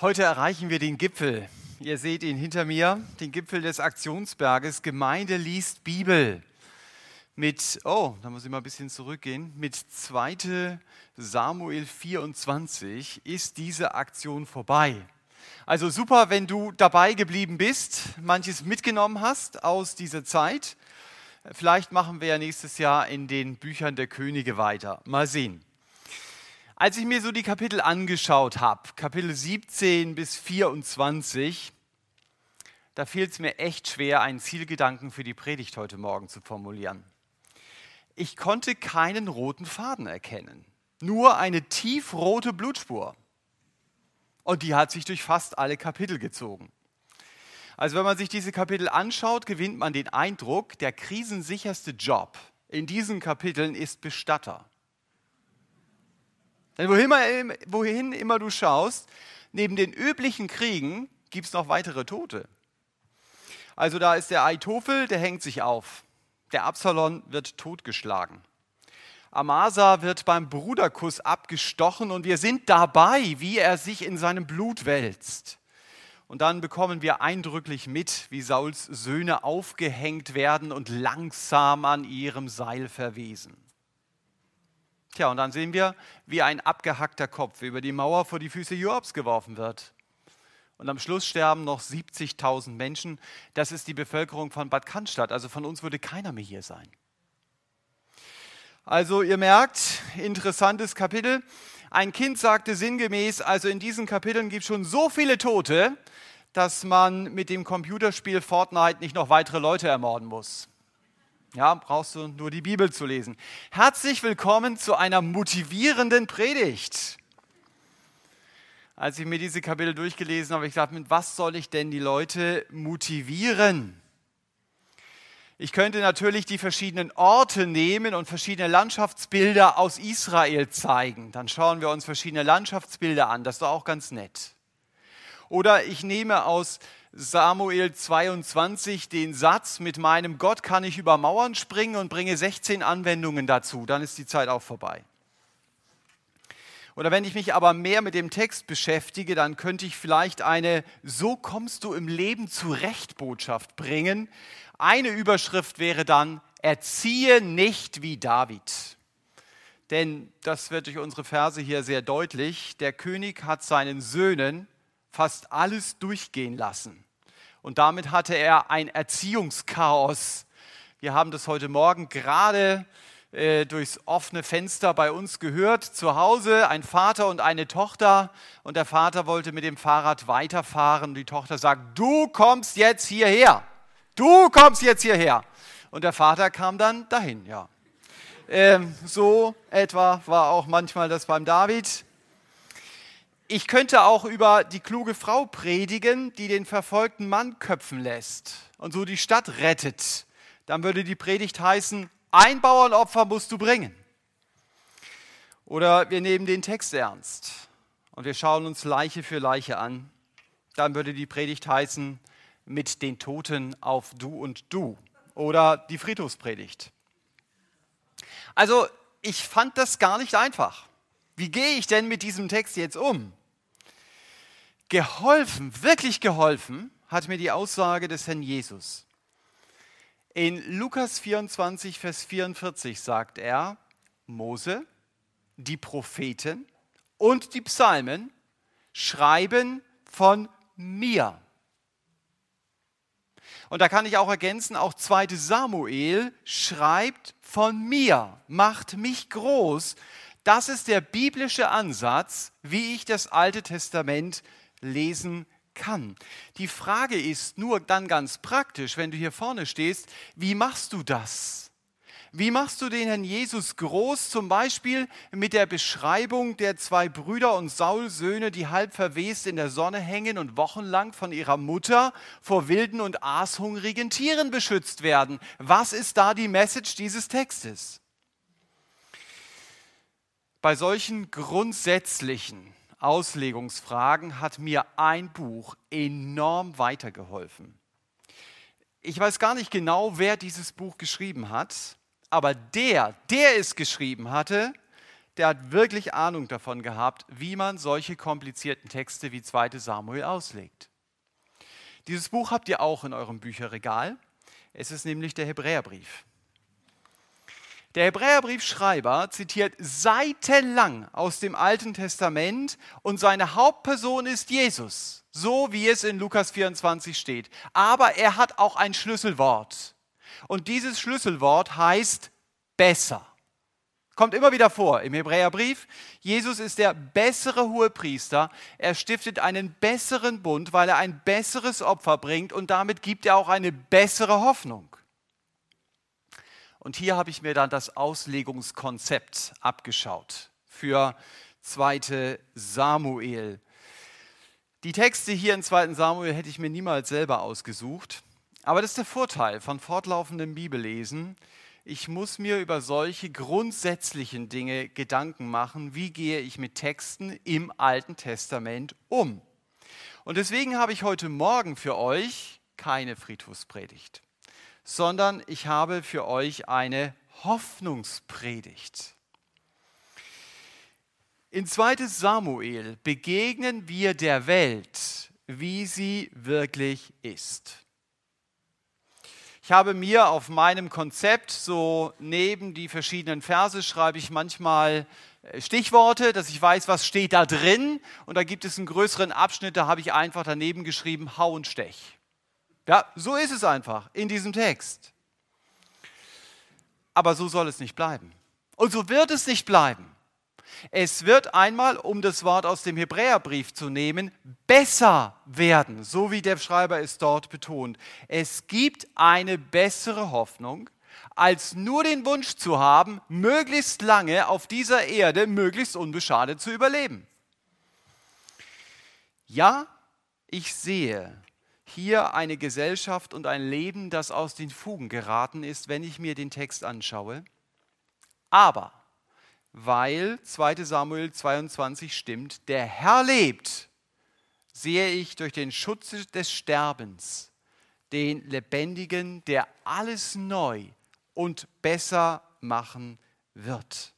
Heute erreichen wir den Gipfel. Ihr seht ihn hinter mir, den Gipfel des Aktionsberges. Gemeinde liest Bibel. Da muss ich mal ein bisschen zurückgehen. Mit 2. Samuel 24 ist diese Aktion vorbei. Also super, wenn du dabei geblieben bist, manches mitgenommen hast aus dieser Zeit. Vielleicht machen wir ja nächstes Jahr in den Büchern der Könige weiter. Mal sehen. Als ich mir so die Kapitel angeschaut habe, Kapitel 17 bis 24, da fiel es mir echt schwer, einen Zielgedanken für die Predigt heute Morgen zu formulieren. Ich konnte keinen roten Faden erkennen, nur eine tiefrote Blutspur. Und die hat sich durch fast alle Kapitel gezogen. Also wenn man sich diese Kapitel anschaut, gewinnt man den Eindruck, der krisensicherste Job in diesen Kapiteln ist Bestatter. Denn wohin immer du schaust, neben den üblichen Kriegen gibt es noch weitere Tote. Also da ist der Ahitophel, der hängt sich auf. Der Absalom wird totgeschlagen. Amasa wird beim Bruderkuss abgestochen und wir sind dabei, wie er sich in seinem Blut wälzt. Und dann bekommen wir eindrücklich mit, wie Sauls Söhne aufgehängt werden und langsam an ihrem Seil verwesen. Tja, und dann sehen wir, wie ein abgehackter Kopf über die Mauer vor die Füße Joabs geworfen wird. Und am Schluss sterben noch 70.000 Menschen. Das ist die Bevölkerung von Bad Cannstatt. Also von uns würde keiner mehr hier sein. Also ihr merkt, interessantes Kapitel. Ein Kind sagte sinngemäß, also in diesen Kapiteln gibt es schon so viele Tote, dass man mit dem Computerspiel Fortnite nicht noch weitere Leute ermorden muss. Ja, brauchst du nur die Bibel zu lesen. Herzlich willkommen zu einer motivierenden Predigt. Als ich mir diese Kapitel durchgelesen habe, habe ich gedacht, mit was soll ich denn die Leute motivieren? Ich könnte natürlich die verschiedenen Orte nehmen und verschiedene Landschaftsbilder aus Israel zeigen. Dann schauen wir uns verschiedene Landschaftsbilder an, das ist doch auch ganz nett. Oder ich nehme aus Samuel 22 den Satz, mit meinem Gott kann ich über Mauern springen und bringe 16 Anwendungen dazu, dann ist die Zeit auch vorbei. Oder wenn ich mich aber mehr mit dem Text beschäftige, dann könnte ich vielleicht eine "So kommst du im Leben zurecht" Botschaft bringen. Eine Überschrift wäre dann: Erziehe nicht wie David. Denn das wird durch unsere Verse hier sehr deutlich. Der König hat seinen Söhnen fast alles durchgehen lassen. Und damit hatte er ein Erziehungschaos. Wir haben das heute Morgen gerade durchs offene Fenster bei uns gehört. Zu Hause ein Vater und eine Tochter. Und der Vater wollte mit dem Fahrrad weiterfahren. Und die Tochter sagt, du kommst jetzt hierher. Du kommst jetzt hierher. Und der Vater kam dann dahin. Ja. So etwa war auch manchmal das beim David. Ich könnte auch über die kluge Frau predigen, die den verfolgten Mann köpfen lässt und so die Stadt rettet. Dann würde die Predigt heißen, ein Bauernopfer musst du bringen. Oder wir nehmen den Text ernst und wir schauen uns Leiche für Leiche an. Dann würde die Predigt heißen, mit den Toten auf Du und Du. Oder die Friedhofspredigt. Also ich fand das gar nicht einfach. Wie gehe ich denn mit diesem Text jetzt um? Wirklich geholfen, hat mir die Aussage des Herrn Jesus. In Lukas 24, Vers 44 sagt er, Mose, die Propheten und die Psalmen schreiben von mir. Und da kann ich auch ergänzen, auch 2. Samuel schreibt von mir, macht mich groß. Das ist der biblische Ansatz, wie ich das Alte Testament lesen kann. Die Frage ist nur dann ganz praktisch, wenn du hier vorne stehst, wie machst du das? Wie machst du den Herrn Jesus groß, zum Beispiel mit der Beschreibung der 2 Brüder und Saul-Söhne, die halb verwest in der Sonne hängen und wochenlang von ihrer Mutter vor wilden und aashungrigen Tieren beschützt werden? Was ist da die Message dieses Textes? Bei solchen grundsätzlichen Auslegungsfragen hat mir ein Buch enorm weitergeholfen. Ich weiß gar nicht genau, wer dieses Buch geschrieben hat, aber der es geschrieben hatte, der hat wirklich Ahnung davon gehabt, wie man solche komplizierten Texte wie 2. Samuel auslegt. Dieses Buch habt ihr auch in eurem Bücherregal. Es ist nämlich der Hebräerbrief. Der Hebräerbriefschreiber zitiert seitenlang aus dem Alten Testament und seine Hauptperson ist Jesus, so wie es in Lukas 24 steht. Aber er hat auch ein Schlüsselwort und dieses Schlüsselwort heißt besser. Kommt immer wieder vor im Hebräerbrief. Jesus ist der bessere Hohepriester. Er stiftet einen besseren Bund, weil er ein besseres Opfer bringt und damit gibt er auch eine bessere Hoffnung. Und hier habe ich mir dann das Auslegungskonzept abgeschaut für 2. Samuel. Die Texte hier in 2. Samuel hätte ich mir niemals selber ausgesucht. Aber das ist der Vorteil von fortlaufendem Bibellesen. Ich muss mir über solche grundsätzlichen Dinge Gedanken machen, wie gehe ich mit Texten im Alten Testament um. Und deswegen habe ich heute Morgen für euch keine Friedhofspredigt, sondern ich habe für euch eine Hoffnungspredigt. In 2. Samuel begegnen wir der Welt, wie sie wirklich ist. Ich habe mir auf meinem Konzept so neben die verschiedenen Verse schreibe ich manchmal Stichworte, dass ich weiß, was steht da drin. Und da gibt es einen größeren Abschnitt, da habe ich einfach daneben geschrieben, hau und stech. Ja, so ist es einfach in diesem Text. Aber so soll es nicht bleiben. Und so wird es nicht bleiben. Es wird einmal, um das Wort aus dem Hebräerbrief zu nehmen, besser werden, so wie der Schreiber es dort betont. Es gibt eine bessere Hoffnung, als nur den Wunsch zu haben, möglichst lange auf dieser Erde, möglichst unbeschadet zu überleben. Ja, ich sehe hier eine Gesellschaft und ein Leben, das aus den Fugen geraten ist, wenn ich mir den Text anschaue. Aber weil 2. Samuel 22 stimmt, der Herr lebt, sehe ich durch den Schutz des Sterbens den Lebendigen, der alles neu und besser machen wird.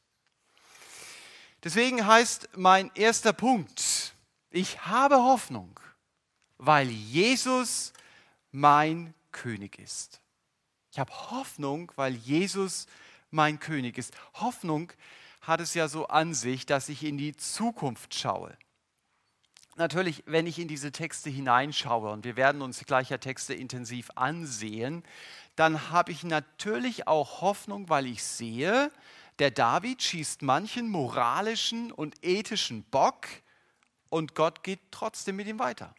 Deswegen heißt mein erster Punkt, ich habe Hoffnung, weil Jesus mein König ist. Ich habe Hoffnung, weil Jesus mein König ist. Hoffnung hat es ja so an sich, dass ich in die Zukunft schaue. Natürlich, wenn ich in diese Texte hineinschaue, und wir werden uns gleich ja Texte intensiv ansehen, dann habe ich natürlich auch Hoffnung, weil ich sehe, der David schießt manchen moralischen und ethischen Bock und Gott geht trotzdem mit ihm weiter.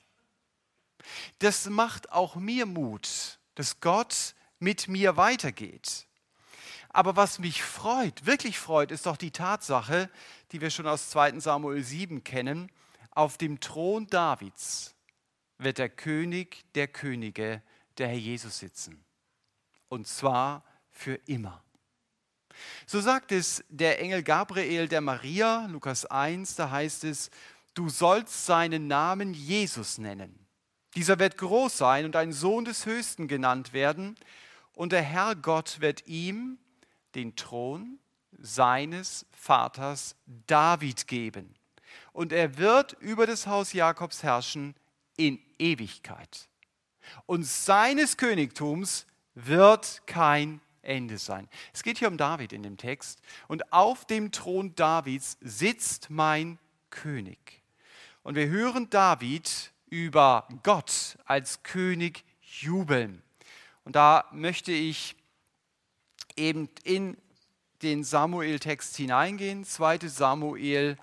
Das macht auch mir Mut, dass Gott mit mir weitergeht. Aber was mich freut, wirklich freut, ist doch die Tatsache, die wir schon aus 2. Samuel 7 kennen, auf dem Thron Davids wird der König der Könige, der Herr Jesus, sitzen. Und zwar für immer. So sagt es der Engel Gabriel der Maria, Lukas 1, da heißt es, du sollst seinen Namen Jesus nennen. Dieser wird groß sein und ein Sohn des Höchsten genannt werden. Und der Herr Gott wird ihm den Thron seines Vaters David geben. Und er wird über das Haus Jakobs herrschen in Ewigkeit. Und seines Königtums wird kein Ende sein. Es geht hier um David in dem Text. Und auf dem Thron Davids sitzt mein König. Und wir hören David über Gott als König jubeln. Und da möchte ich eben in den Samuel-Text hineingehen, 2. Samuel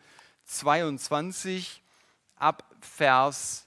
22 ab Vers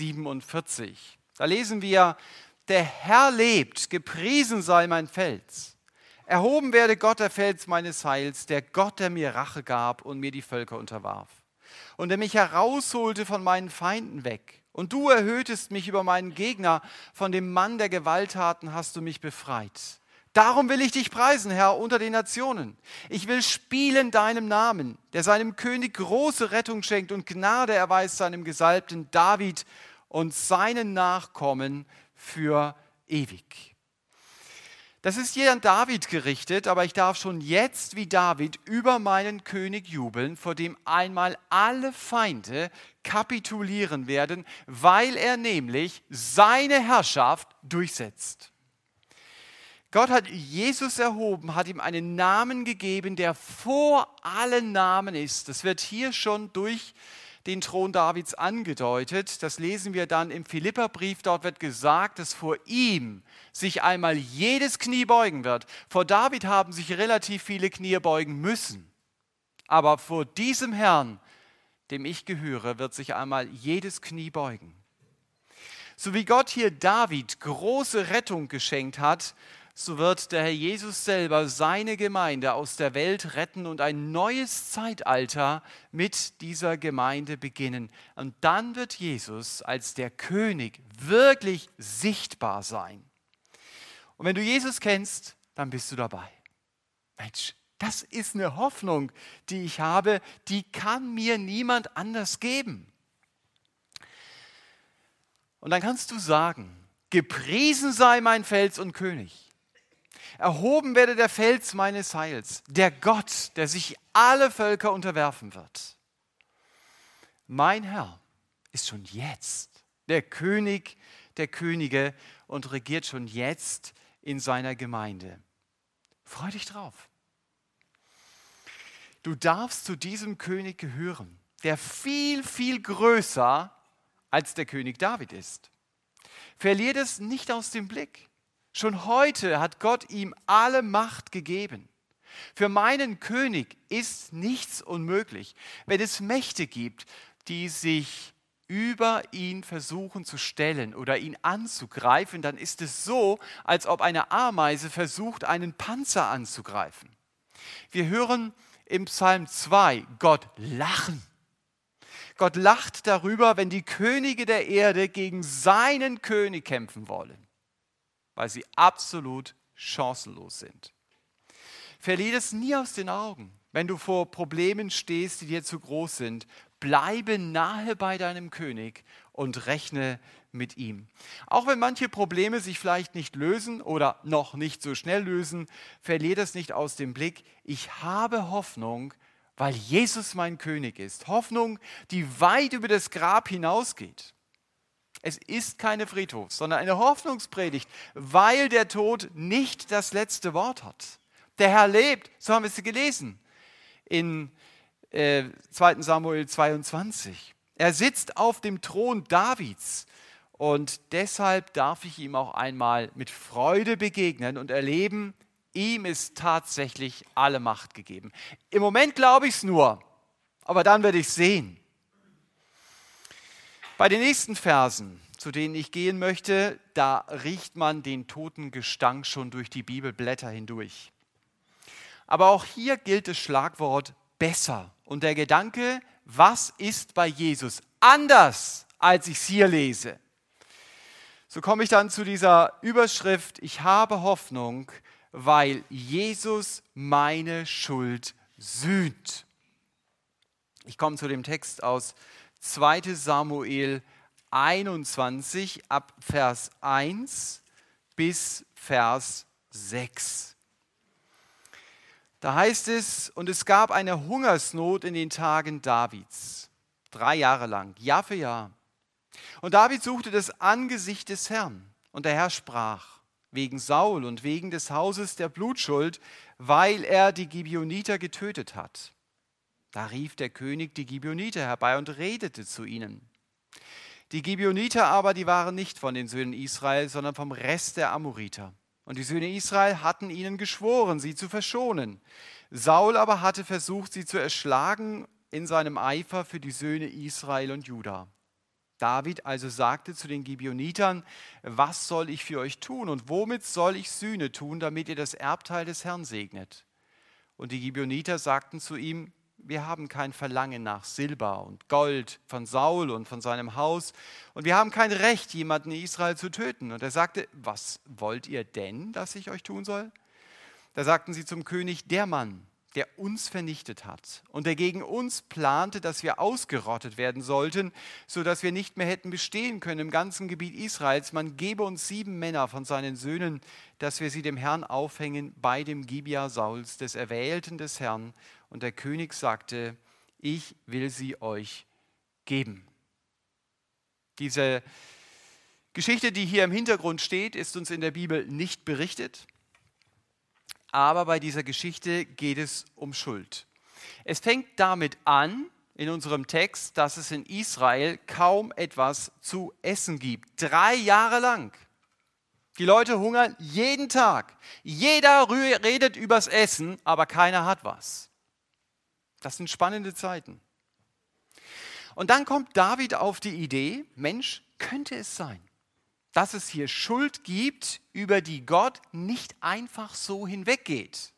47. Da lesen wir, der Herr lebt, gepriesen sei mein Fels. Erhoben werde Gott, der Fels meines Heils, der Gott, der mir Rache gab und mir die Völker unterwarf. Und der mich herausholte von meinen Feinden weg. Und du erhöhtest mich über meinen Gegner, von dem Mann der Gewalttaten hast du mich befreit. Darum will ich dich preisen, Herr, unter den Nationen. Ich will spielen deinem Namen, der seinem König große Rettung schenkt und Gnade erweist seinem Gesalbten David und seinen Nachkommen für ewig. Das ist hier an David gerichtet, aber ich darf schon jetzt wie David über meinen König jubeln, vor dem einmal alle Feinde kapitulieren werden, weil er nämlich seine Herrschaft durchsetzt. Gott hat Jesus erhoben, hat ihm einen Namen gegeben, der vor allen Namen ist. Das wird hier schon durch den Thron Davids angedeutet. Das lesen wir dann im Philipperbrief. Dort wird gesagt, dass vor ihm sich einmal jedes Knie beugen wird. Vor David haben sich relativ viele Knie beugen müssen. Aber vor diesem Herrn, dem ich gehöre, wird sich einmal jedes Knie beugen. So wie Gott hier David große Rettung geschenkt hat, so wird der Herr Jesus selber seine Gemeinde aus der Welt retten und ein neues Zeitalter mit dieser Gemeinde beginnen. Und dann wird Jesus als der König wirklich sichtbar sein. Und wenn du Jesus kennst, dann bist du dabei. Mensch, das ist eine Hoffnung, die ich habe, die kann mir niemand anders geben. Und dann kannst du sagen, gepriesen sei mein Fels und König. Erhoben werde der Fels meines Heils, der Gott, der sich alle Völker unterwerfen wird. Mein Herr ist schon jetzt der König der Könige und regiert schon jetzt in seiner Gemeinde. Freu dich drauf. Du darfst zu diesem König gehören, der viel, viel größer als der König David ist. Verlier das nicht aus dem Blick. Schon heute hat Gott ihm alle Macht gegeben. Für meinen König ist nichts unmöglich. Wenn es Mächte gibt, die sich über ihn versuchen zu stellen oder ihn anzugreifen, dann ist es so, als ob eine Ameise versucht, einen Panzer anzugreifen. Wir hören im Psalm 2 Gott lachen. Gott lacht darüber, wenn die Könige der Erde gegen seinen König kämpfen wollen, weil sie absolut chancenlos sind. Verliere es nie aus den Augen. Wenn du vor Problemen stehst, die dir zu groß sind, bleibe nahe bei deinem König und rechne mit ihm. Auch wenn manche Probleme sich vielleicht nicht lösen oder noch nicht so schnell lösen, verliere das nicht aus dem Blick. Ich habe Hoffnung, weil Jesus mein König ist. Hoffnung, die weit über das Grab hinausgeht. Es ist keine Friedhof, sondern eine Hoffnungspredigt, weil der Tod nicht das letzte Wort hat. Der Herr lebt, so haben wir es gelesen in 2. Samuel 22. Er sitzt auf dem Thron Davids und deshalb darf ich ihm auch einmal mit Freude begegnen und erleben, ihm ist tatsächlich alle Macht gegeben. Im Moment glaube ich es nur, aber dann werde ich es sehen. Bei den nächsten Versen, zu denen ich gehen möchte, da riecht man den toten Gestank schon durch die Bibelblätter hindurch. Aber auch hier gilt das Schlagwort besser. Und der Gedanke, was ist bei Jesus anders, als ich es hier lese? So komme ich dann zu dieser Überschrift, ich habe Hoffnung, weil Jesus meine Schuld sühnt. Ich komme zu dem Text aus 2. Samuel 21 ab Vers 1 bis Vers 6. Da heißt es, und es gab eine Hungersnot in den Tagen Davids, 3 Jahre lang, Jahr für Jahr. Und David suchte das Angesicht des Herrn. Und der Herr sprach, wegen Saul und wegen des Hauses der Blutschuld, weil er die Gibeoniter getötet hat. Da rief der König die Gibeoniter herbei und redete zu ihnen. Die Gibeoniter aber, die waren nicht von den Söhnen Israel, sondern vom Rest der Amoriter. Und die Söhne Israel hatten ihnen geschworen, sie zu verschonen. Saul aber hatte versucht, sie zu erschlagen in seinem Eifer für die Söhne Israel und Juda. David also sagte zu den Gibeonitern, was soll ich für euch tun und womit soll ich Sühne tun, damit ihr das Erbteil des Herrn segnet? Und die Gibeoniter sagten zu ihm, wir haben kein Verlangen nach Silber und Gold von Saul und von seinem Haus und wir haben kein Recht, jemanden in Israel zu töten. Und er sagte, was wollt ihr denn, dass ich euch tun soll? Da sagten sie zum König, der Mann, der uns vernichtet hat und der gegen uns plante, dass wir ausgerottet werden sollten, sodass wir nicht mehr hätten bestehen können im ganzen Gebiet Israels. Man gebe uns 7 Männer von seinen Söhnen, dass wir sie dem Herrn aufhängen bei dem Gibea Sauls, des Erwählten des Herrn. Und der König sagte, ich will sie euch geben. Diese Geschichte, die hier im Hintergrund steht, ist uns in der Bibel nicht berichtet. Aber bei dieser Geschichte geht es um Schuld. Es fängt damit an, in unserem Text, dass es in Israel kaum etwas zu essen gibt. 3 Jahre lang. Die Leute hungern jeden Tag. Jeder redet übers Essen, aber keiner hat was. Das sind spannende Zeiten. Und dann kommt David auf die Idee, Mensch, könnte es sein, dass es hier Schuld gibt, über die Gott nicht einfach so hinweggeht.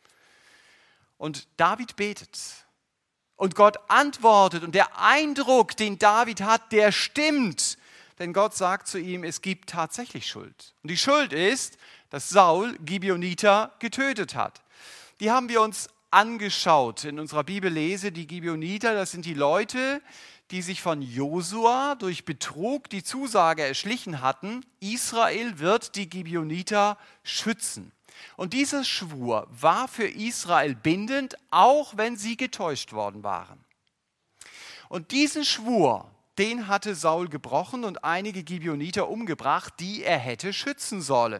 Und David betet. Und Gott antwortet. Und der Eindruck, den David hat, der stimmt. Denn Gott sagt zu ihm, es gibt tatsächlich Schuld. Und die Schuld ist, dass Saul Gibeoniter getötet hat. Die haben wir uns angeschaut in unserer Bibellese. Die Gibeoniter, das sind die Leute, die sich von Josua durch Betrug die Zusage erschlichen hatten, Israel wird die Gibeoniter schützen. Und dieser Schwur war für Israel bindend, auch wenn sie getäuscht worden waren. Und diesen Schwur, den hatte Saul gebrochen und einige Gibeoniter umgebracht, die er hätte schützen sollen.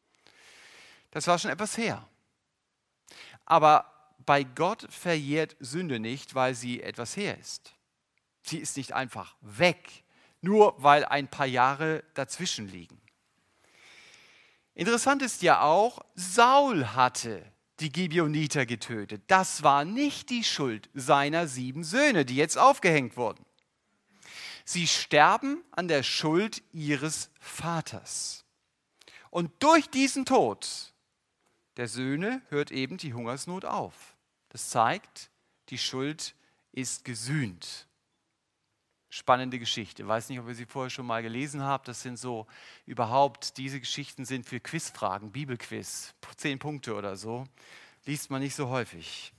Das war schon etwas her. Aber bei Gott verjährt Sünde nicht, weil sie etwas her ist. Sie ist nicht einfach weg, nur weil ein paar Jahre dazwischen liegen. Interessant ist ja auch, Saul hatte die Gibeoniter getötet. Das war nicht die Schuld seiner 7 Söhne, die jetzt aufgehängt wurden. Sie sterben an der Schuld ihres Vaters. Und durch diesen Tod der Söhne hört eben die Hungersnot auf. Das zeigt, die Schuld ist gesühnt. Spannende Geschichte. Ich weiß nicht, ob ihr sie vorher schon mal gelesen habt. Das sind so überhaupt, diese Geschichten sind für Quizfragen, Bibelquiz, 10 Punkte oder so. Liest man nicht so häufig.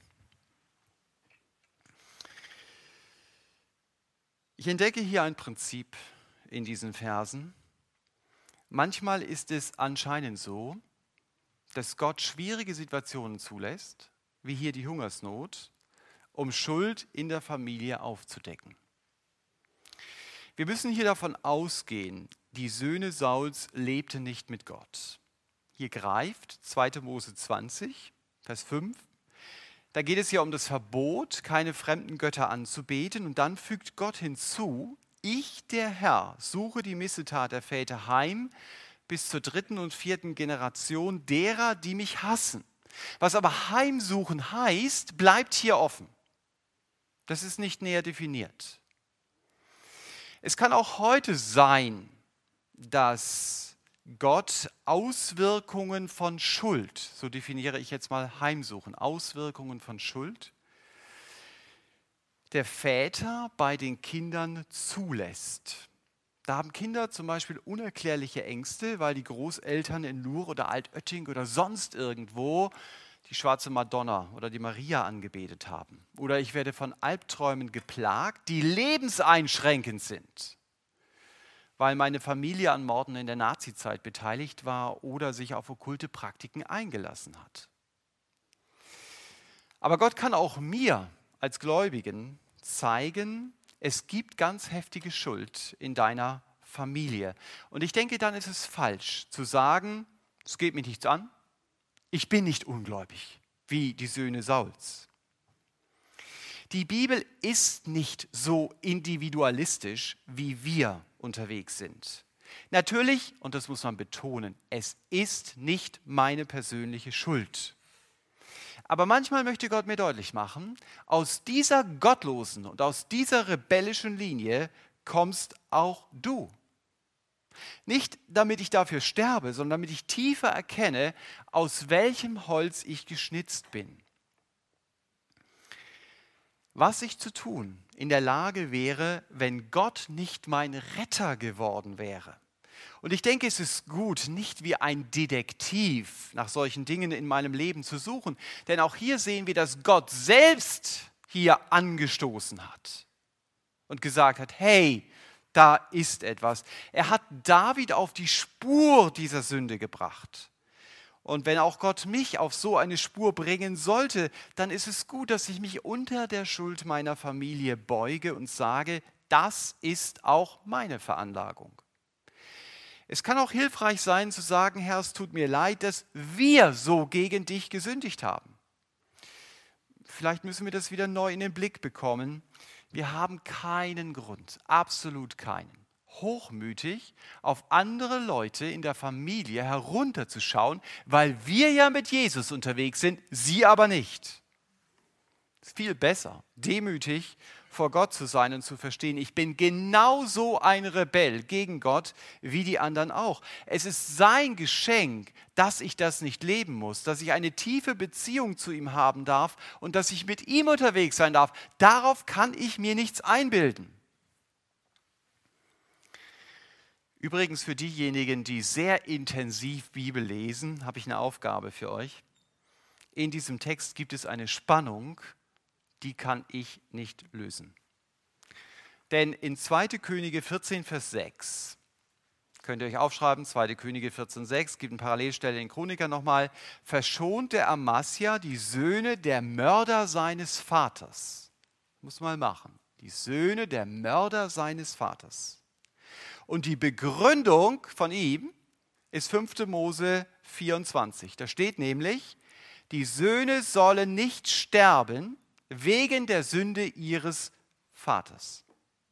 Ich entdecke hier ein Prinzip in diesen Versen. Manchmal ist es anscheinend so, dass Gott schwierige Situationen zulässt, wie hier die Hungersnot, um Schuld in der Familie aufzudecken. Wir müssen hier davon ausgehen, die Söhne Sauls lebten nicht mit Gott. Hier greift 2. Mose 20, Vers 5. Da geht es ja um das Verbot, keine fremden Götter anzubeten. Und dann fügt Gott hinzu, ich, der Herr, suche die Missetat der Väter heim bis zur 3. und 4. Generation derer, die mich hassen. Was aber heimsuchen heißt, bleibt hier offen. Das ist nicht näher definiert. Es kann auch heute sein, dass Gott Auswirkungen von Schuld, so definiere ich jetzt mal Heimsuchen, Auswirkungen von Schuld, der Väter bei den Kindern zulässt. Da haben Kinder zum Beispiel unerklärliche Ängste, weil die Großeltern in Lur oder Altötting oder sonst irgendwo die schwarze Madonna oder die Maria angebetet haben. Oder ich werde von Albträumen geplagt, die lebenseinschränkend sind, weil meine Familie an Morden in der Nazizeit beteiligt war oder sich auf okkulte Praktiken eingelassen hat. Aber Gott kann auch mir als Gläubigen zeigen, es gibt ganz heftige Schuld in deiner Familie. Und ich denke, dann ist es falsch zu sagen, es geht mich nichts an, ich bin nicht ungläubig, wie die Söhne Sauls. Die Bibel ist nicht so individualistisch, wie wir unterwegs sind. Natürlich, und das muss man betonen, es ist nicht meine persönliche Schuld. Aber manchmal möchte Gott mir deutlich machen, aus dieser gottlosen und aus dieser rebellischen Linie kommst auch du. Nicht damit ich dafür sterbe, sondern damit ich tiefer erkenne, aus welchem Holz ich geschnitzt bin. Was ich zu tun in der Lage wäre, wenn Gott nicht mein Retter geworden wäre. Und ich denke, es ist gut, nicht wie ein Detektiv nach solchen Dingen in meinem Leben zu suchen, denn auch hier sehen wir, dass Gott selbst hier angestoßen hat und gesagt hat, hey, da ist etwas. Er hat David auf die Spur dieser Sünde gebracht. Und wenn auch Gott mich auf so eine Spur bringen sollte, dann ist es gut, dass ich mich unter der Schuld meiner Familie beuge und sage, das ist auch meine Veranlagung. Es kann auch hilfreich sein zu sagen, Herr, es tut mir leid, dass wir so gegen dich gesündigt haben. Vielleicht müssen wir das wieder neu in den Blick bekommen. Wir haben keinen Grund, absolut keinen, hochmütig auf andere Leute in der Familie herunterzuschauen, weil wir ja mit Jesus unterwegs sind, sie aber nicht. Es ist viel besser, demütig vor Gott zu sein und zu verstehen, ich bin genauso ein Rebell gegen Gott wie die anderen auch. Es ist sein Geschenk, dass ich das nicht leben muss, dass ich eine tiefe Beziehung zu ihm haben darf und dass ich mit ihm unterwegs sein darf. Darauf kann ich mir nichts einbilden. Übrigens für diejenigen, die sehr intensiv Bibel lesen, habe ich eine Aufgabe für euch. In diesem Text gibt es eine Spannung, die kann ich nicht lösen. Denn in 2. Könige 14, Vers 6, könnt ihr euch aufschreiben, 2. Könige 14, 6, gibt eine Parallelstelle in Chroniker nochmal, verschonte Amasja die Söhne der Mörder seines Vaters. Muss mal machen. Die Söhne der Mörder seines Vaters. Und die Begründung von ihm ist 5. Mose 24. Da steht nämlich, die Söhne sollen nicht sterben wegen der Sünde ihres Vaters.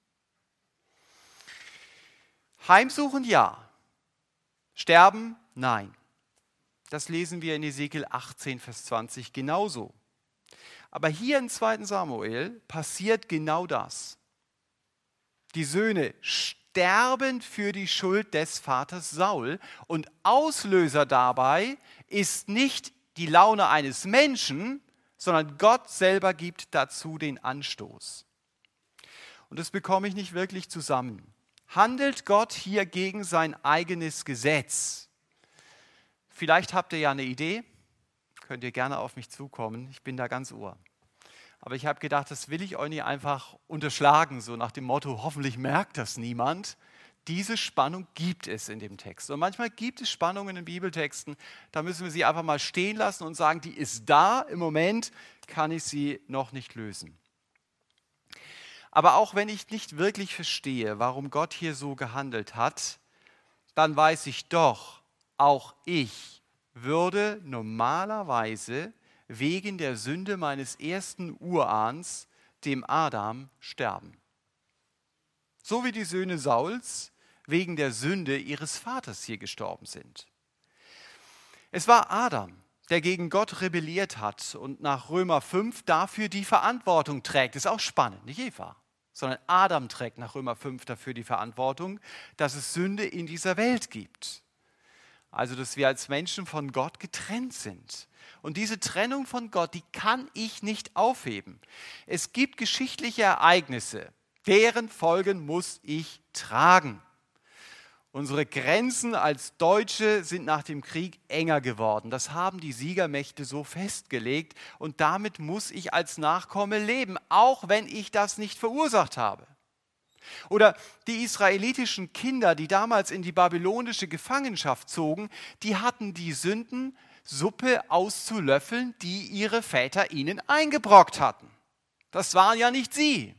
Heimsuchen ja, sterben nein. Das lesen wir in Hesekiel 18, Vers 20 genauso. Aber hier im 2. Samuel passiert genau das. Die Söhne sterben für die Schuld des Vaters Saul und Auslöser dabei ist nicht die Laune eines Menschen, sondern Gott selber gibt dazu den Anstoß. Und das bekomme ich nicht wirklich zusammen. Handelt Gott hier gegen sein eigenes Gesetz? Vielleicht habt ihr ja eine Idee, könnt ihr gerne auf mich zukommen, ich bin da ganz ohr. Aber ich habe gedacht, das will ich euch nicht einfach unterschlagen, so nach dem Motto, hoffentlich merkt das niemand. Diese Spannung gibt es in dem Text. Und manchmal gibt es Spannungen in Bibeltexten, da müssen wir sie einfach mal stehen lassen und sagen, die ist da, im Moment kann ich sie noch nicht lösen. Aber auch wenn ich nicht wirklich verstehe, warum Gott hier so gehandelt hat, dann weiß ich doch, auch ich würde normalerweise wegen der Sünde meines ersten Urahns, dem Adam, sterben. So wie die Söhne Sauls wegen der Sünde ihres Vaters hier gestorben sind. Es war Adam, der gegen Gott rebelliert hat und nach Römer 5 dafür die Verantwortung trägt. Das ist auch spannend, nicht Eva, sondern Adam trägt nach Römer 5 dafür die Verantwortung, dass es Sünde in dieser Welt gibt. Also, dass wir als Menschen von Gott getrennt sind. Und diese Trennung von Gott, die kann ich nicht aufheben. Es gibt geschichtliche Ereignisse, deren Folgen muss ich tragen. Unsere Grenzen als Deutsche sind nach dem Krieg enger geworden. Das haben die Siegermächte so festgelegt und damit muss ich als Nachkomme leben, auch wenn ich das nicht verursacht habe. Oder die israelitischen Kinder, die damals in die babylonische Gefangenschaft zogen, die hatten die Sündensuppe auszulöffeln, die ihre Väter ihnen eingebrockt hatten. Das waren ja nicht sie.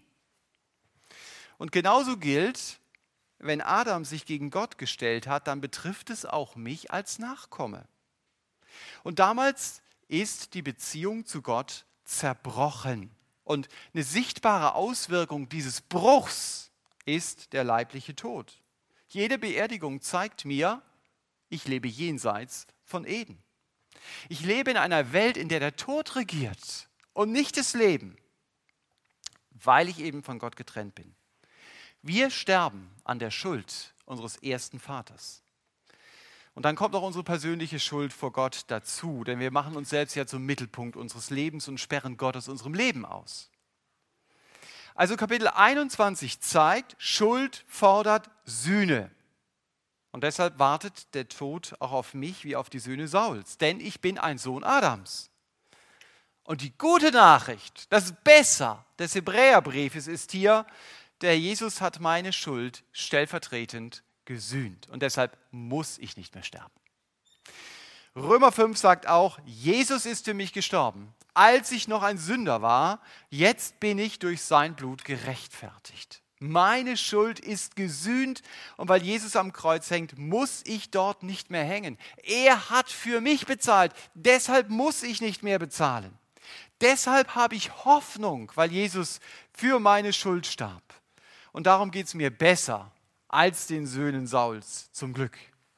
Und genauso gilt, wenn Adam sich gegen Gott gestellt hat, dann betrifft es auch mich als Nachkomme. Und damals ist die Beziehung zu Gott zerbrochen. Und eine sichtbare Auswirkung dieses Bruchs ist der leibliche Tod. Jede Beerdigung zeigt mir, ich lebe jenseits von Eden. Ich lebe in einer Welt, in der der Tod regiert und nicht das Leben, weil ich eben von Gott getrennt bin. Wir sterben an der Schuld unseres ersten Vaters. Und dann kommt auch unsere persönliche Schuld vor Gott dazu, denn wir machen uns selbst ja zum Mittelpunkt unseres Lebens und sperren Gott aus unserem Leben aus. Also Kapitel 21 zeigt, Schuld fordert Sühne. Und deshalb wartet der Tod auch auf mich wie auf die Söhne Sauls, denn ich bin ein Sohn Adams. Und die gute Nachricht, das Besser des Hebräerbriefes ist hier, der Jesus hat meine Schuld stellvertretend gesühnt. Und deshalb muss ich nicht mehr sterben. Römer 5 sagt auch, Jesus ist für mich gestorben, als ich noch ein Sünder war. Jetzt bin ich durch sein Blut gerechtfertigt. Meine Schuld ist gesühnt und weil Jesus am Kreuz hängt, muss ich dort nicht mehr hängen. Er hat für mich bezahlt, deshalb muss ich nicht mehr bezahlen. Deshalb habe ich Hoffnung, weil Jesus für meine Schuld starb. Und darum geht es mir besser als den Söhnen Sauls, zum Glück.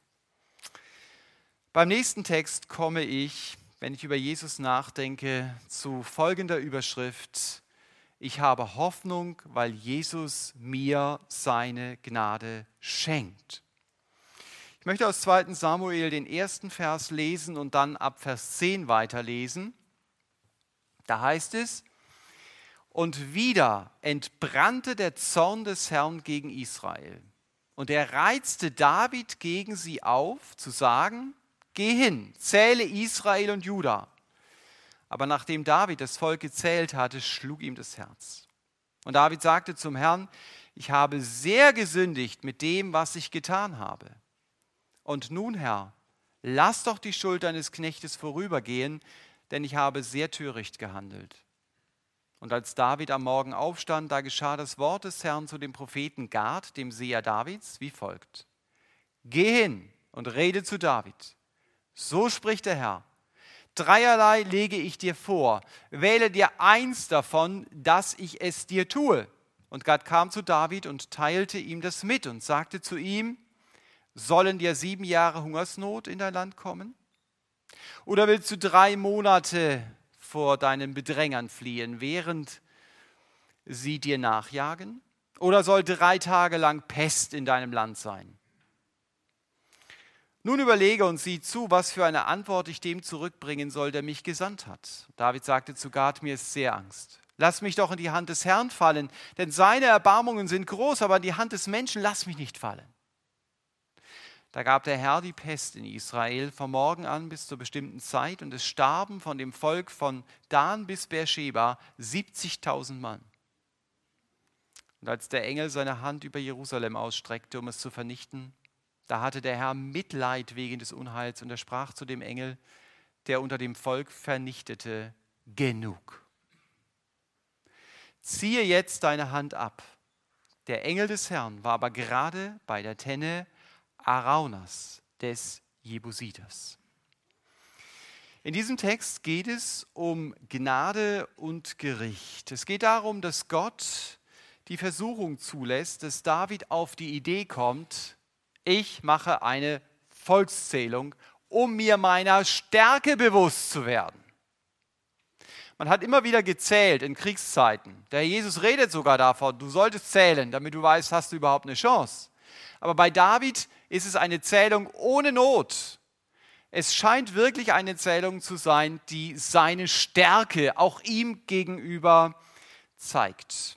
Beim nächsten Text komme ich, wenn ich über Jesus nachdenke, zu folgender Überschrift: Ich habe Hoffnung, weil Jesus mir seine Gnade schenkt. Ich möchte aus 2. Samuel den ersten Vers lesen und dann ab Vers 10 weiterlesen. Da heißt es: Und wieder entbrannte der Zorn des Herrn gegen Israel. Und er reizte David gegen sie auf, zu sagen: Geh hin, zähle Israel und Juda. Aber nachdem David das Volk gezählt hatte, schlug ihm das Herz. Und David sagte zum Herrn: Ich habe sehr gesündigt mit dem, was ich getan habe. Und nun, Herr, lass doch die Schuld deines Knechtes vorübergehen, denn ich habe sehr töricht gehandelt. Und als David am Morgen aufstand, da geschah das Wort des Herrn zu dem Propheten Gad, dem Seher Davids, wie folgt: Geh hin und rede zu David. So spricht der Herr: Dreierlei lege ich dir vor, wähle dir eins davon, dass ich es dir tue. Und Gad kam zu David und teilte ihm das mit und sagte zu ihm: Sollen dir 7 Jahre Hungersnot in dein Land kommen? Oder willst du 3 Monate vor deinen Bedrängern fliehen, während sie dir nachjagen? Oder soll 3 Tage lang Pest in deinem Land sein? Nun überlege und sieh zu, was für eine Antwort ich dem zurückbringen soll, der mich gesandt hat. David sagte zu Gad: Mir ist sehr Angst. Lass mich doch in die Hand des Herrn fallen, denn seine Erbarmungen sind groß, aber in die Hand des Menschen lass mich nicht fallen. Da gab der Herr die Pest in Israel vom Morgen an bis zur bestimmten Zeit, und es starben von dem Volk von Dan bis Beersheba 70.000 Mann. Und als der Engel seine Hand über Jerusalem ausstreckte, um es zu vernichten, da hatte der Herr Mitleid wegen des Unheils, und er sprach zu dem Engel, der unter dem Volk vernichtete: Genug. Ziehe jetzt deine Hand ab. Der Engel des Herrn war aber gerade bei der Tenne Araunas des Jebusiters. In diesem Text geht es um Gnade und Gericht. Es geht darum, dass Gott die Versuchung zulässt, dass David auf die Idee kommt: Ich mache eine Volkszählung, um mir meiner Stärke bewusst zu werden. Man hat immer wieder gezählt in Kriegszeiten. Der Jesus redet sogar davon, du solltest zählen, damit du weißt, hast du überhaupt eine Chance. Aber bei David ist es eine Zählung ohne Not. Es scheint wirklich eine Zählung zu sein, die seine Stärke auch ihm gegenüber zeigt.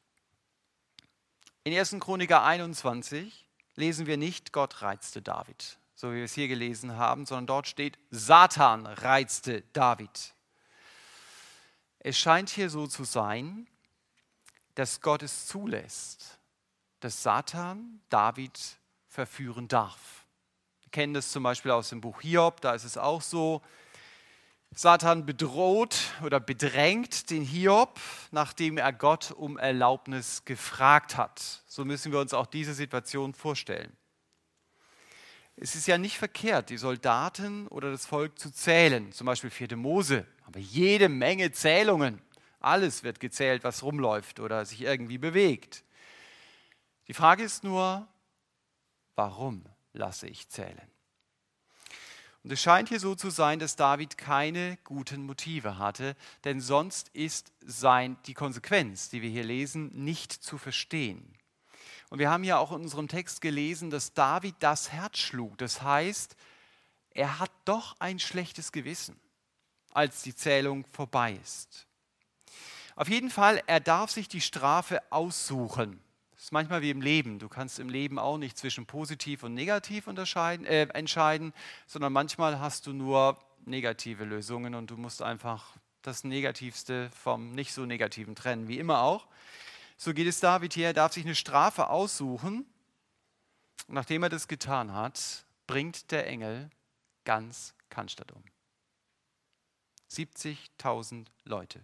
In 1. Chroniker 21 lesen wir nicht, Gott reizte David, so wie wir es hier gelesen haben, sondern dort steht, Satan reizte David. Es scheint hier so zu sein, dass Gott es zulässt, dass Satan David verführen darf. Wir kennen das zum Beispiel aus dem Buch Hiob, da ist es auch so. Satan bedroht oder bedrängt den Hiob, nachdem er Gott um Erlaubnis gefragt hat. So müssen wir uns auch diese Situation vorstellen. Es ist ja nicht verkehrt, die Soldaten oder das Volk zu zählen. Zum Beispiel 4. Mose, aber jede Menge Zählungen. Alles wird gezählt, was rumläuft oder sich irgendwie bewegt. Die Frage ist nur, warum lasse ich zählen? Und es scheint hier so zu sein, dass David keine guten Motive hatte, denn sonst ist die Konsequenz, die wir hier lesen, nicht zu verstehen. Und wir haben ja auch in unserem Text gelesen, dass David das Herz schlug. Das heißt, er hat doch ein schlechtes Gewissen, als die Zählung vorbei ist. Auf jeden Fall, er darf sich die Strafe aussuchen. Das ist manchmal wie im Leben. Du kannst im Leben auch nicht zwischen positiv und negativ entscheiden, sondern manchmal hast du nur negative Lösungen und du musst einfach das Negativste vom nicht so Negativen trennen, wie immer auch. So geht es David hier, er darf sich eine Strafe aussuchen. Und nachdem er das getan hat, bringt der Engel ganz Cannstatt um. 70.000 Leute.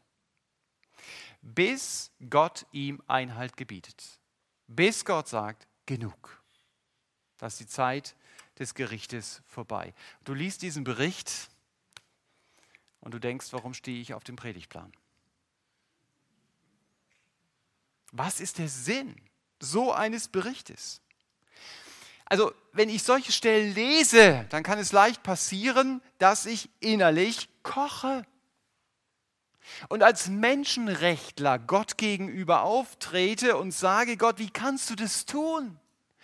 Bis Gott ihm Einhalt gebietet. Bis Gott sagt, genug. Da ist die Zeit des Gerichtes vorbei. Du liest diesen Bericht und du denkst, warum stehe ich auf dem Predigtplan? Was ist der Sinn so eines Berichtes? Also, wenn ich solche Stellen lese, dann kann es leicht passieren, dass ich innerlich koche. Und als Menschenrechtler Gott gegenüber auftrete und sage, Gott, wie kannst du das tun?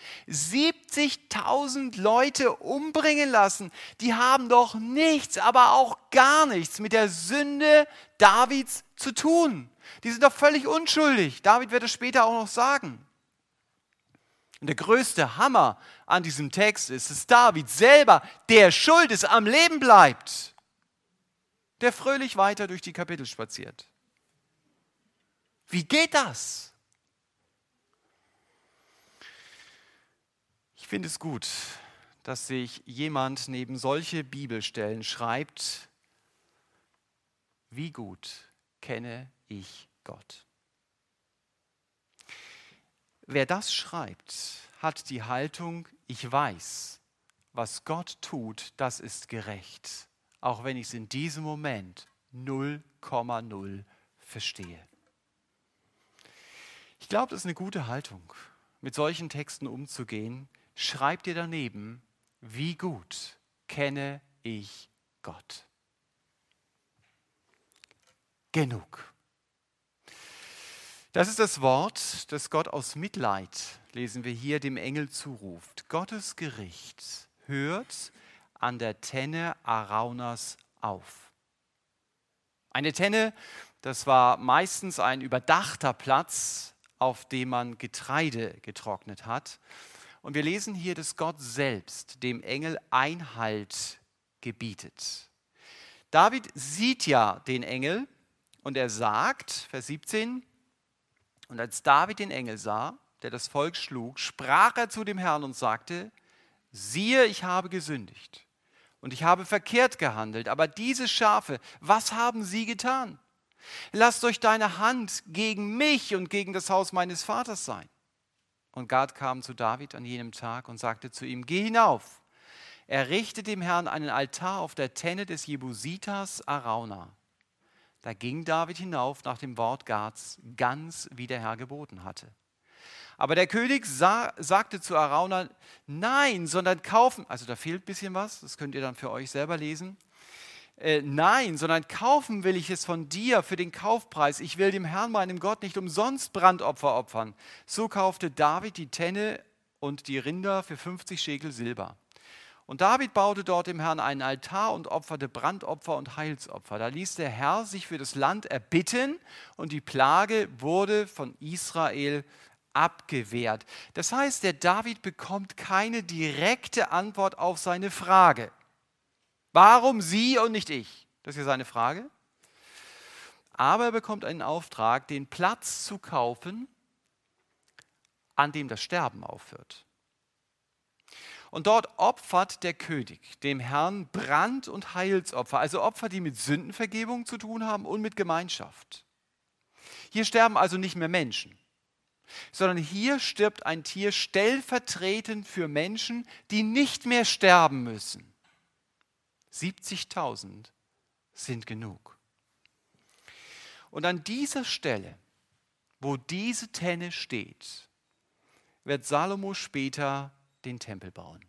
70.000 Leute umbringen lassen, die haben doch nichts, aber auch gar nichts mit der Sünde Davids zu tun. Die sind doch völlig unschuldig. David wird es später auch noch sagen. Und der größte Hammer an diesem Text ist, dass David selber, der schuld ist, am Leben bleibt, der fröhlich weiter durch die Kapitel spaziert. Wie geht das? Ich finde es gut, dass sich jemand neben solche Bibelstellen schreibt, wie gut kenne ich Gott. Wer das schreibt, hat die Haltung, ich weiß, was Gott tut, das ist gerecht, auch wenn ich es in diesem Moment 0,0 verstehe. Ich glaube, das ist eine gute Haltung, mit solchen Texten umzugehen. Schreib dir daneben, wie gut kenne ich Gott. Genug. Das ist das Wort, das Gott aus Mitleid, lesen wir hier, dem Engel zuruft. Gottes Gericht hört an der Tenne Araunas auf. Eine Tenne, das war meistens ein überdachter Platz, auf dem man Getreide getrocknet hat. Und wir lesen hier, dass Gott selbst dem Engel Einhalt gebietet. David sieht ja den Engel und er sagt, Vers 17, und als David den Engel sah, der das Volk schlug, sprach er zu dem Herrn und sagte, siehe, ich habe gesündigt und ich habe verkehrt gehandelt, aber diese Schafe, was haben sie getan? Lasst euch deine Hand gegen mich und gegen das Haus meines Vaters sein. Und Gad kam zu David an jenem Tag und sagte zu ihm, geh hinauf, errichte dem Herrn einen Altar auf der Tenne des Jebusiters Arauna. Da ging David hinauf nach dem Wort Gads, ganz wie der Herr geboten hatte. Aber der König sagte zu Arauna, nein, sondern kaufen, also da fehlt ein bisschen was, das könnt ihr dann für euch selber lesen. Nein, sondern kaufen will ich es von dir für den Kaufpreis. Ich will dem Herrn, meinem Gott, nicht umsonst Brandopfer opfern. So kaufte David die Tenne und die Rinder für 50 Schekel Silber. Und David baute dort dem Herrn einen Altar und opferte Brandopfer und Heilsopfer. Da ließ der Herr sich für das Land erbitten und die Plage wurde von Israel abgewehrt. Das heißt, der David bekommt keine direkte Antwort auf seine Frage. Warum sie und nicht ich? Das ist ja seine Frage. Aber er bekommt einen Auftrag, den Platz zu kaufen, an dem das Sterben aufhört. Und dort opfert der König dem Herrn Brand- und Heilsopfer, also Opfer, die mit Sündenvergebung zu tun haben und mit Gemeinschaft. Hier sterben also nicht mehr Menschen, sondern hier stirbt ein Tier stellvertretend für Menschen, die nicht mehr sterben müssen. 70.000 sind genug. Und an dieser Stelle, wo diese Tenne steht, wird Salomo später den Tempel bauen.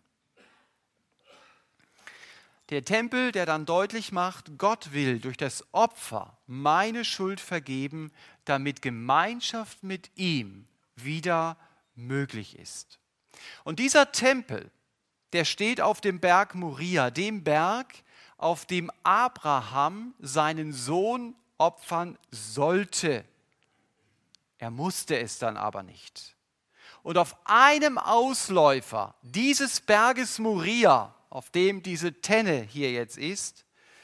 Der Tempel, der dann deutlich macht, Gott will durch das Opfer meine Schuld vergeben, damit Gemeinschaft mit ihm wieder möglich ist. Und dieser Tempel, der steht auf dem Berg Moria, dem Berg, auf dem Abraham seinen Sohn opfern sollte. Er musste es dann aber nicht. Und auf einem Ausläufer dieses Berges Moria, auf dem diese Tenne hier jetzt ist,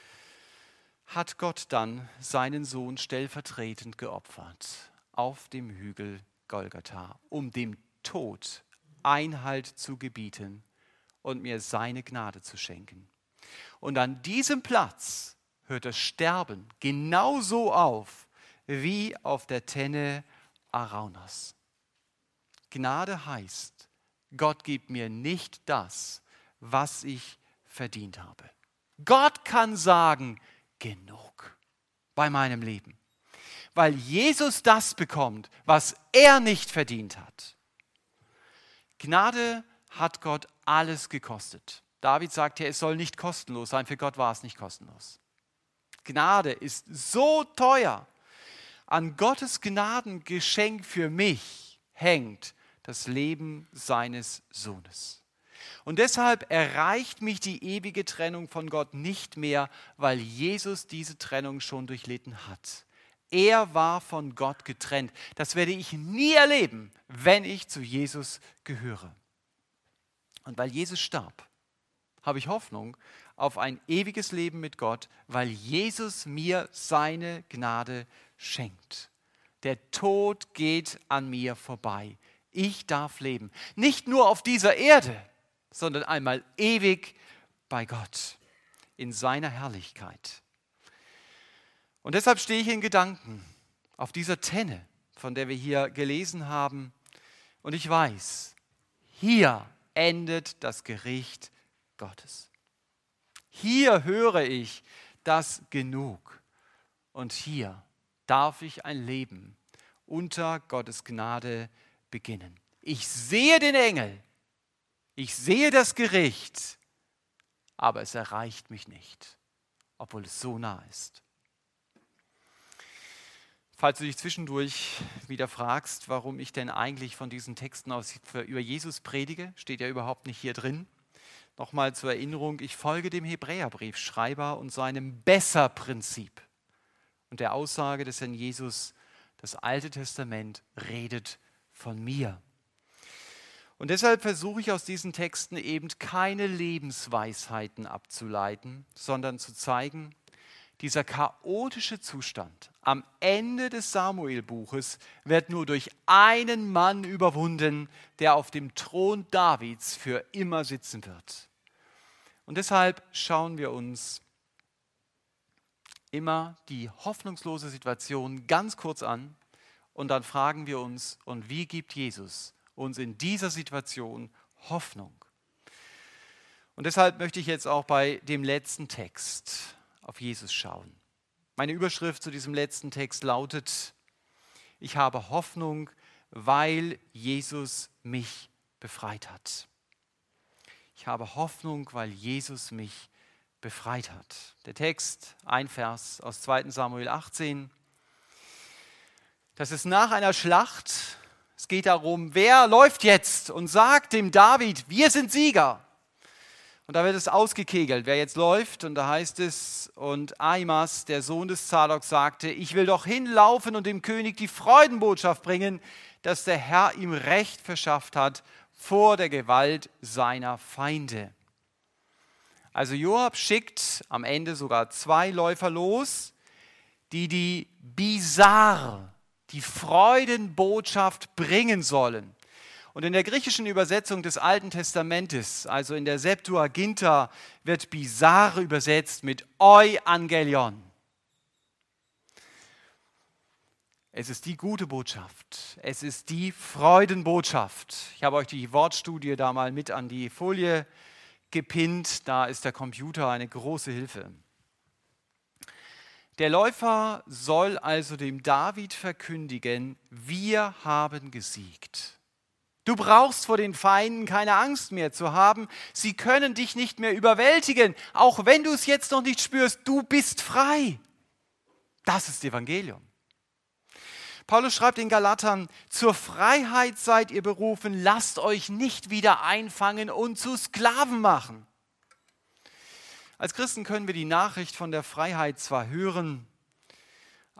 hat Gott dann seinen Sohn stellvertretend geopfert auf dem Hügel Golgatha, um dem Tod Einhalt zu gebieten und mir seine Gnade zu schenken. Und an diesem Platz hört das Sterben genauso auf wie auf der Tenne Araunas. Gnade heißt, Gott gibt mir nicht das, was ich verdient habe. Gott kann sagen, genug bei meinem Leben, weil Jesus das bekommt, was er nicht verdient hat. Gnade hat Gott alles gekostet. David sagt ja, es soll nicht kostenlos sein, für Gott war es nicht kostenlos. Gnade ist so teuer. An Gottes Gnadengeschenk für mich hängt das Leben seines Sohnes. Und deshalb erreicht mich die ewige Trennung von Gott nicht mehr, weil Jesus diese Trennung schon durchlitten hat. Er war von Gott getrennt. Das werde ich nie erleben, wenn ich zu Jesus gehöre. Und weil Jesus starb, habe ich Hoffnung auf ein ewiges Leben mit Gott, weil Jesus mir seine Gnade schenkt. Der Tod geht an mir vorbei. Ich darf leben. Nicht nur auf dieser Erde, sondern einmal ewig bei Gott in seiner Herrlichkeit. Und deshalb stehe ich in Gedanken auf dieser Tenne, von der wir hier gelesen haben. Und ich weiß, hier endet das Gericht Gottes. Hier höre ich das Genug. Und hier darf ich ein Leben unter Gottes Gnade beginnen. Ich sehe den Engel. Ich sehe das Gericht, aber es erreicht mich nicht, obwohl es so nah ist. Falls du dich zwischendurch wieder fragst, warum ich denn eigentlich von diesen Texten über Jesus predige, steht ja überhaupt nicht hier drin. Nochmal zur Erinnerung, ich folge dem Hebräerbriefschreiber und seinem Besser-Prinzip und der Aussage des Herrn Jesus, das Alte Testament redet von mir. Und deshalb versuche ich aus diesen Texten eben keine Lebensweisheiten abzuleiten, sondern zu zeigen, dieser chaotische Zustand am Ende des Samuelbuches wird nur durch einen Mann überwunden, der auf dem Thron Davids für immer sitzen wird. Und deshalb schauen wir uns immer die hoffnungslose Situation ganz kurz an und dann fragen wir uns, und wie gibt Jesus uns in dieser Situation Hoffnung? Und deshalb möchte ich jetzt auch bei dem letzten Text auf Jesus schauen. Meine Überschrift zu diesem letzten Text lautet: Ich habe Hoffnung, weil Jesus mich befreit hat. Ich habe Hoffnung, weil Jesus mich befreit hat. Der Text, ein Vers aus 2. Samuel 18. Das ist nach einer Schlacht. Es geht darum, wer läuft jetzt und sagt dem David, wir sind Sieger. Und da wird es ausgekegelt, wer jetzt läuft. Und da heißt es, und Ahimaas, der Sohn des Zadok, sagte, ich will doch hinlaufen und dem König die Freudenbotschaft bringen, dass der Herr ihm Recht verschafft hat vor der Gewalt seiner Feinde. Also Joab schickt am Ende sogar 2 Läufer los, die Bizarre, die Freudenbotschaft bringen sollen. Und in der griechischen Übersetzung des Alten Testamentes, also in der Septuaginta, wird Bizarre übersetzt mit Euangelion. Es ist die gute Botschaft. Es ist die Freudenbotschaft. Ich habe euch die Wortstudie da mal mit an die Folie gepinnt. Da ist der Computer eine große Hilfe. Der Läufer soll also dem David verkündigen, wir haben gesiegt. Du brauchst vor den Feinden keine Angst mehr zu haben. Sie können dich nicht mehr überwältigen. Auch wenn du es jetzt noch nicht spürst, du bist frei. Das ist Evangelium. Paulus schreibt in Galatern, zur Freiheit seid ihr berufen, lasst euch nicht wieder einfangen und zu Sklaven machen. Als Christen können wir die Nachricht von der Freiheit zwar hören,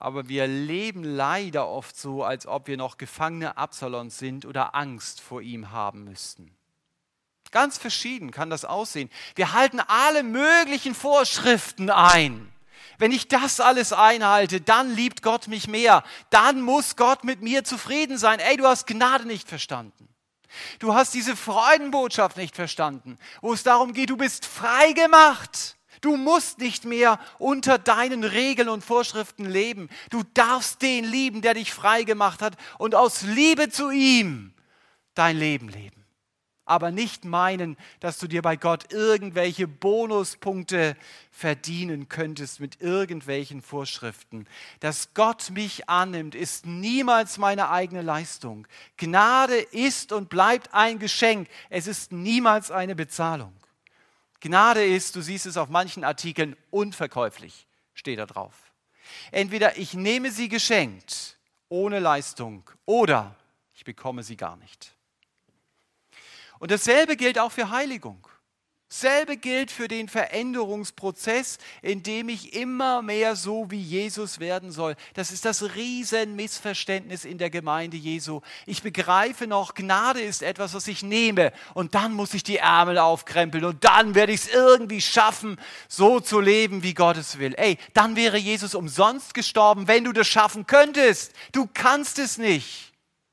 aber wir leben leider oft so, als ob wir noch Gefangene Absalons sind oder Angst vor ihm haben müssten. Ganz verschieden kann das aussehen. Wir halten alle möglichen Vorschriften ein. Wenn ich das alles einhalte, dann liebt Gott mich mehr. Dann muss Gott mit mir zufrieden sein. Ey, du hast Gnade nicht verstanden. Du hast diese Freudenbotschaft nicht verstanden, wo es darum geht, du bist frei gemacht. Du musst nicht mehr unter deinen Regeln und Vorschriften leben. Du darfst den lieben, der dich frei gemacht hat und aus Liebe zu ihm dein Leben leben. Aber nicht meinen, dass du dir bei Gott irgendwelche Bonuspunkte verdienen könntest mit irgendwelchen Vorschriften. Dass Gott mich annimmt, ist niemals meine eigene Leistung. Gnade ist und bleibt ein Geschenk. Es ist niemals eine Bezahlung. Gnade ist, du siehst es auf manchen Artikeln, unverkäuflich, steht da drauf. Entweder ich nehme sie geschenkt, ohne Leistung, oder ich bekomme sie gar nicht. Und dasselbe gilt auch für Heiligung. Dasselbe gilt für den Veränderungsprozess, in dem ich immer mehr so wie Jesus werden soll. Das ist das Riesenmissverständnis in der Gemeinde Jesu. Ich begreife noch, Gnade ist etwas, was ich nehme und dann muss ich die Ärmel aufkrempeln und dann werde ich es irgendwie schaffen, so zu leben, wie Gott es will. Ey, dann wäre Jesus umsonst gestorben, wenn du das schaffen könntest. Du kannst es nicht.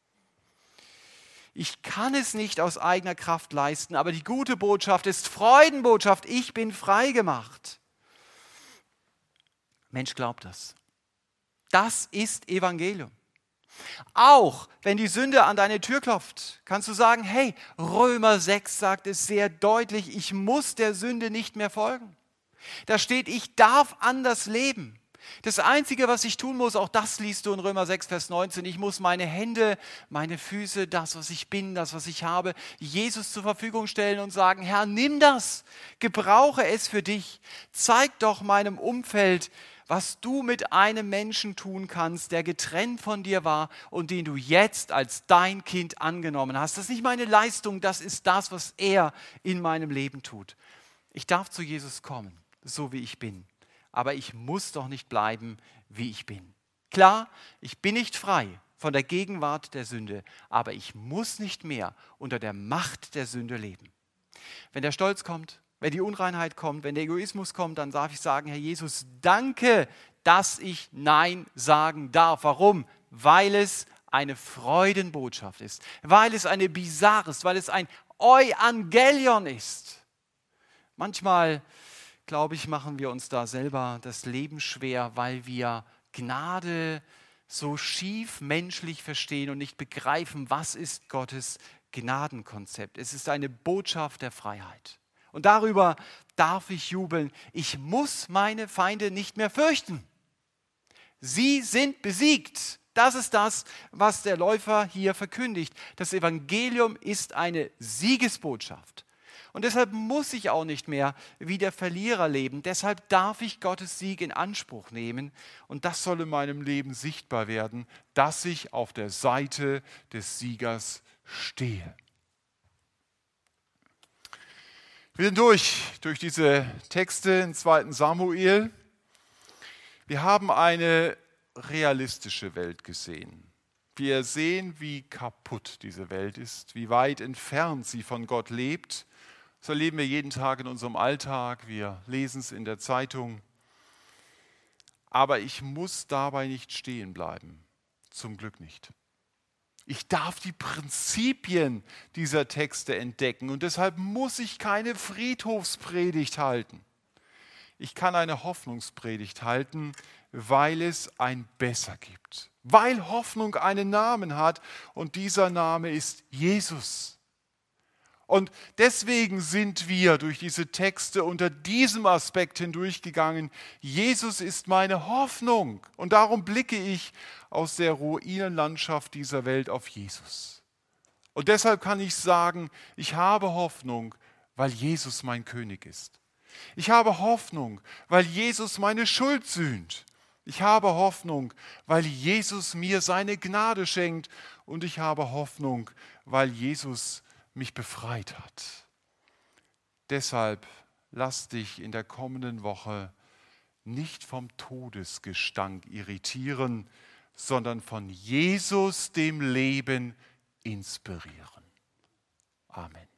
Ich kann es nicht aus eigener Kraft leisten, aber die gute Botschaft ist Freudenbotschaft. Ich bin frei gemacht. Mensch, glaubt das. Das ist Evangelium. Auch wenn die Sünde an deine Tür klopft, kannst du sagen, hey, Römer 6 sagt es sehr deutlich, ich muss der Sünde nicht mehr folgen. Da steht, ich darf anders leben. Das Einzige, was ich tun muss, auch das liest du in Römer 6, Vers 19, ich muss meine Hände, meine Füße, das, was ich bin, das, was ich habe, Jesus zur Verfügung stellen und sagen, Herr, nimm das, gebrauche es für dich. Zeig doch meinem Umfeld, was du mit einem Menschen tun kannst, der getrennt von dir war und den du jetzt als dein Kind angenommen hast. Das ist nicht meine Leistung, das ist das, was er in meinem Leben tut. Ich darf zu Jesus kommen, so wie ich bin. Aber ich muss doch nicht bleiben, wie ich bin. Klar, ich bin nicht frei von der Gegenwart der Sünde, aber ich muss nicht mehr unter der Macht der Sünde leben. Wenn der Stolz kommt, wenn die Unreinheit kommt, wenn der Egoismus kommt, dann darf ich sagen, Herr Jesus, danke, dass ich Nein sagen darf. Warum? Weil es eine Freudenbotschaft ist, weil es eine Bizarre ist, weil es ein Euangelion ist. Manchmal glaube ich, machen wir uns da selber das Leben schwer, weil wir Gnade so schief menschlich verstehen und nicht begreifen, was ist Gottes Gnadenkonzept. Es ist eine Botschaft der Freiheit. Und darüber darf ich jubeln. Ich muss meine Feinde nicht mehr fürchten. Sie sind besiegt. Das ist das, was der Läufer hier verkündigt. Das Evangelium ist eine Siegesbotschaft. Und deshalb muss ich auch nicht mehr wie der Verlierer leben. Deshalb darf ich Gottes Sieg in Anspruch nehmen. Und das soll in meinem Leben sichtbar werden, dass ich auf der Seite des Siegers stehe. Wir sind durch diese Texte in 2. Samuel. Wir haben eine realistische Welt gesehen. Wir sehen, wie kaputt diese Welt ist, wie weit entfernt sie von Gott lebt. Das erleben wir jeden Tag in unserem Alltag, wir lesen es in der Zeitung. Aber ich muss dabei nicht stehen bleiben, zum Glück nicht. Ich darf die Prinzipien dieser Texte entdecken und deshalb muss ich keine Friedhofspredigt halten. Ich kann eine Hoffnungspredigt halten, weil es ein Besser gibt, weil Hoffnung einen Namen hat und dieser Name ist Jesus. Und deswegen sind wir durch diese Texte unter diesem Aspekt hindurchgegangen. Jesus ist meine Hoffnung. Und darum blicke ich aus der Ruinenlandschaft dieser Welt auf Jesus. Und deshalb kann ich sagen, ich habe Hoffnung, weil Jesus mein König ist. Ich habe Hoffnung, weil Jesus meine Schuld sühnt. Ich habe Hoffnung, weil Jesus mir seine Gnade schenkt. Und ich habe Hoffnung, weil Jesus mich befreit hat. Deshalb lass dich in der kommenden Woche nicht vom Todesgestank irritieren, sondern von Jesus, dem Leben, inspirieren. Amen.